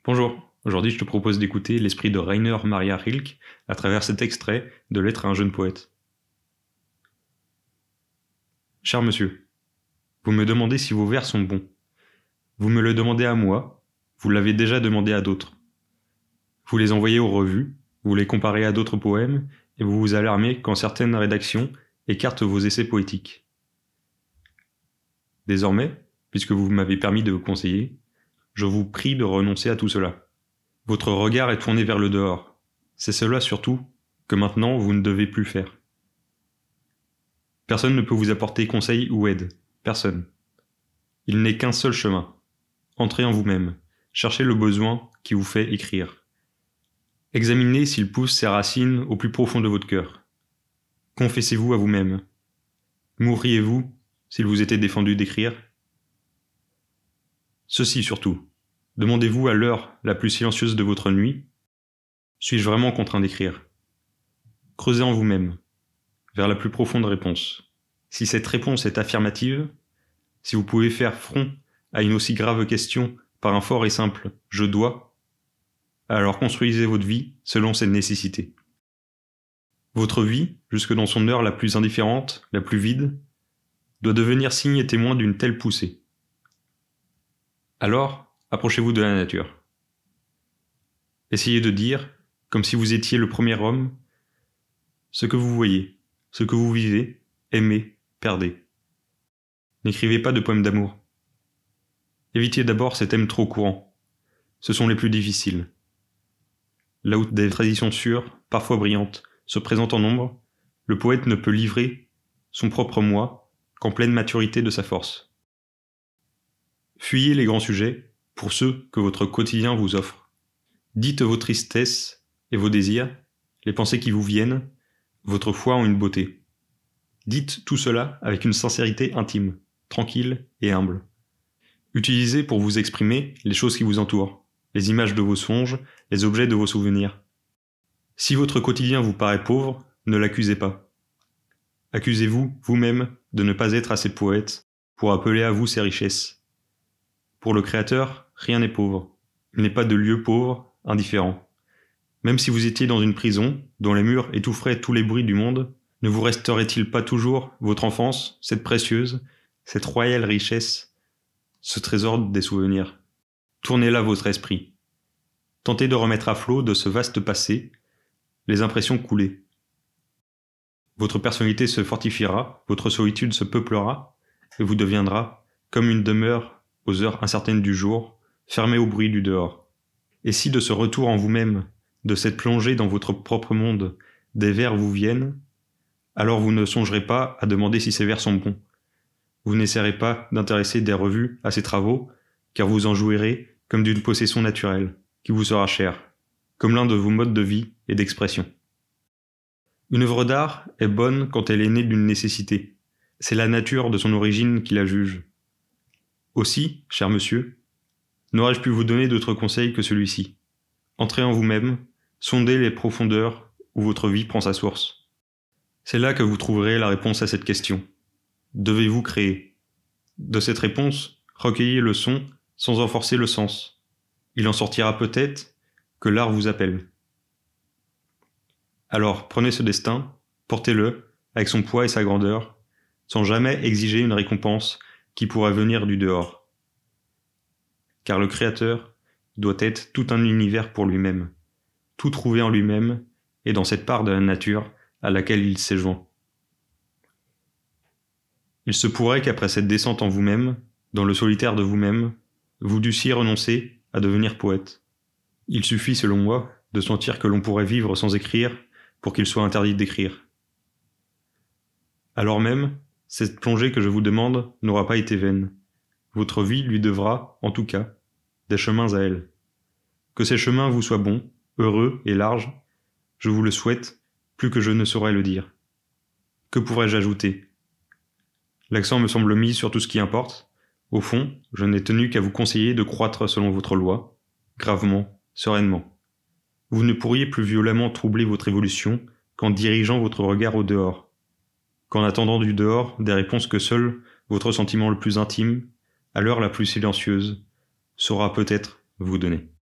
Bonjour, aujourd'hui je te propose d'écouter l'esprit de Rainer Maria Rilke à travers cet extrait de Lettre à un jeune poète. Cher monsieur, vous me demandez si vos vers sont bons. Vous me le demandez à moi, vous l'avez déjà demandé à d'autres. Vous les envoyez aux revues, vous les comparez à d'autres poèmes, et vous vous alarmez quand certaines rédactions écartent vos essais poétiques. Désormais, puisque vous m'avez permis de vous conseiller, je vous prie de renoncer à tout cela. Votre regard est tourné vers le dehors. C'est cela surtout que maintenant vous ne devez plus faire. Personne ne peut vous apporter conseil ou aide. Personne. Il n'est qu'un seul chemin. Entrez en vous-même. Cherchez le besoin qui vous fait écrire. Examinez s'il pousse ses racines au plus profond de votre cœur. Confessez-vous à vous-même. Mourriez-vous s'il vous était défendu d'écrire ? Ceci surtout. Demandez-vous à l'heure la plus silencieuse de votre nuit, suis-je vraiment contraint d'écrire ? Creusez en vous-même, vers la plus profonde réponse. Si cette réponse est affirmative, si vous pouvez faire front à une aussi grave question par un fort et simple « je dois », alors construisez votre vie selon cette nécessité. Votre vie, jusque dans son heure la plus indifférente, la plus vide, doit devenir signe et témoin d'une telle poussée. Alors, approchez-vous de la nature. Essayez de dire, comme si vous étiez le premier homme, ce que vous voyez, ce que vous vivez, aimez, perdez. N'écrivez pas de poèmes d'amour. Évitez d'abord ces thèmes trop courants. Ce sont les plus difficiles. Là où des traditions sûres, parfois brillantes, se présentent en nombre, le poète ne peut livrer son propre moi qu'en pleine maturité de sa force. Fuyez les grands sujets pour ceux que votre quotidien vous offre. Dites vos tristesses et vos désirs, les pensées qui vous viennent, votre foi en une beauté. Dites tout cela avec une sincérité intime, tranquille et humble. Utilisez pour vous exprimer les choses qui vous entourent, les images de vos songes, les objets de vos souvenirs. Si votre quotidien vous paraît pauvre, ne l'accusez pas. Accusez-vous vous-même de ne pas être assez poète pour appeler à vous ces richesses. Pour le Créateur, rien n'est pauvre. Il n'est pas de lieu pauvre, indifférent. Même si vous étiez dans une prison, dont les murs étoufferaient tous les bruits du monde, ne vous resterait-il pas toujours votre enfance, cette précieuse, cette royale richesse, ce trésor des souvenirs ? Tournez là votre esprit. Tentez de remettre à flot de ce vaste passé les impressions coulées. Votre personnalité se fortifiera, votre solitude se peuplera, et vous deviendra comme une demeure aux heures incertaines du jour, fermée au bruit du dehors. Et si de ce retour en vous-même, de cette plongée dans votre propre monde, des vers vous viennent, alors vous ne songerez pas à demander si ces vers sont bons. Vous n'essaierez pas d'intéresser des revues à ces travaux, car vous en jouirez comme d'une possession naturelle, qui vous sera chère, comme l'un de vos modes de vie et d'expression. Une œuvre d'art est bonne quand elle est née d'une nécessité. C'est la nature de son origine qui la juge. Aussi, cher monsieur, n'aurais-je pu vous donner d'autre conseil que celui-ci. Entrez en vous-même, sondez les profondeurs où votre vie prend sa source. C'est là que vous trouverez la réponse à cette question. Devez-vous créer ? De cette réponse, recueillez le son sans en forcer le sens. Il en sortira peut-être que l'art vous appelle. Alors prenez ce destin, portez-le, avec son poids et sa grandeur, sans jamais exiger une récompense qui pourrait venir du dehors. Car le Créateur doit être tout un univers pour lui-même, tout trouvé en lui-même et dans cette part de la nature à laquelle il s'est joint. Il se pourrait qu'après cette descente en vous-même, dans le solitaire de vous-même, vous dussiez renoncer à devenir poète. Il suffit, selon moi, de sentir que l'on pourrait vivre sans écrire pour qu'il soit interdit d'écrire. Alors même, cette plongée que je vous demande n'aura pas été vaine. Votre vie lui devra, en tout cas, des chemins à elle. Que ces chemins vous soient bons, heureux et larges, je vous le souhaite, plus que je ne saurais le dire. Que pourrais-je ajouter ? L'accent me semble mis sur tout ce qui importe. Au fond, je n'ai tenu qu'à vous conseiller de croître selon votre loi, gravement, sereinement. Vous ne pourriez plus violemment troubler votre évolution qu'en dirigeant votre regard au dehors, qu'en attendant du dehors des réponses que seul votre sentiment le plus intime, à l'heure la plus silencieuse, saura peut-être vous donner.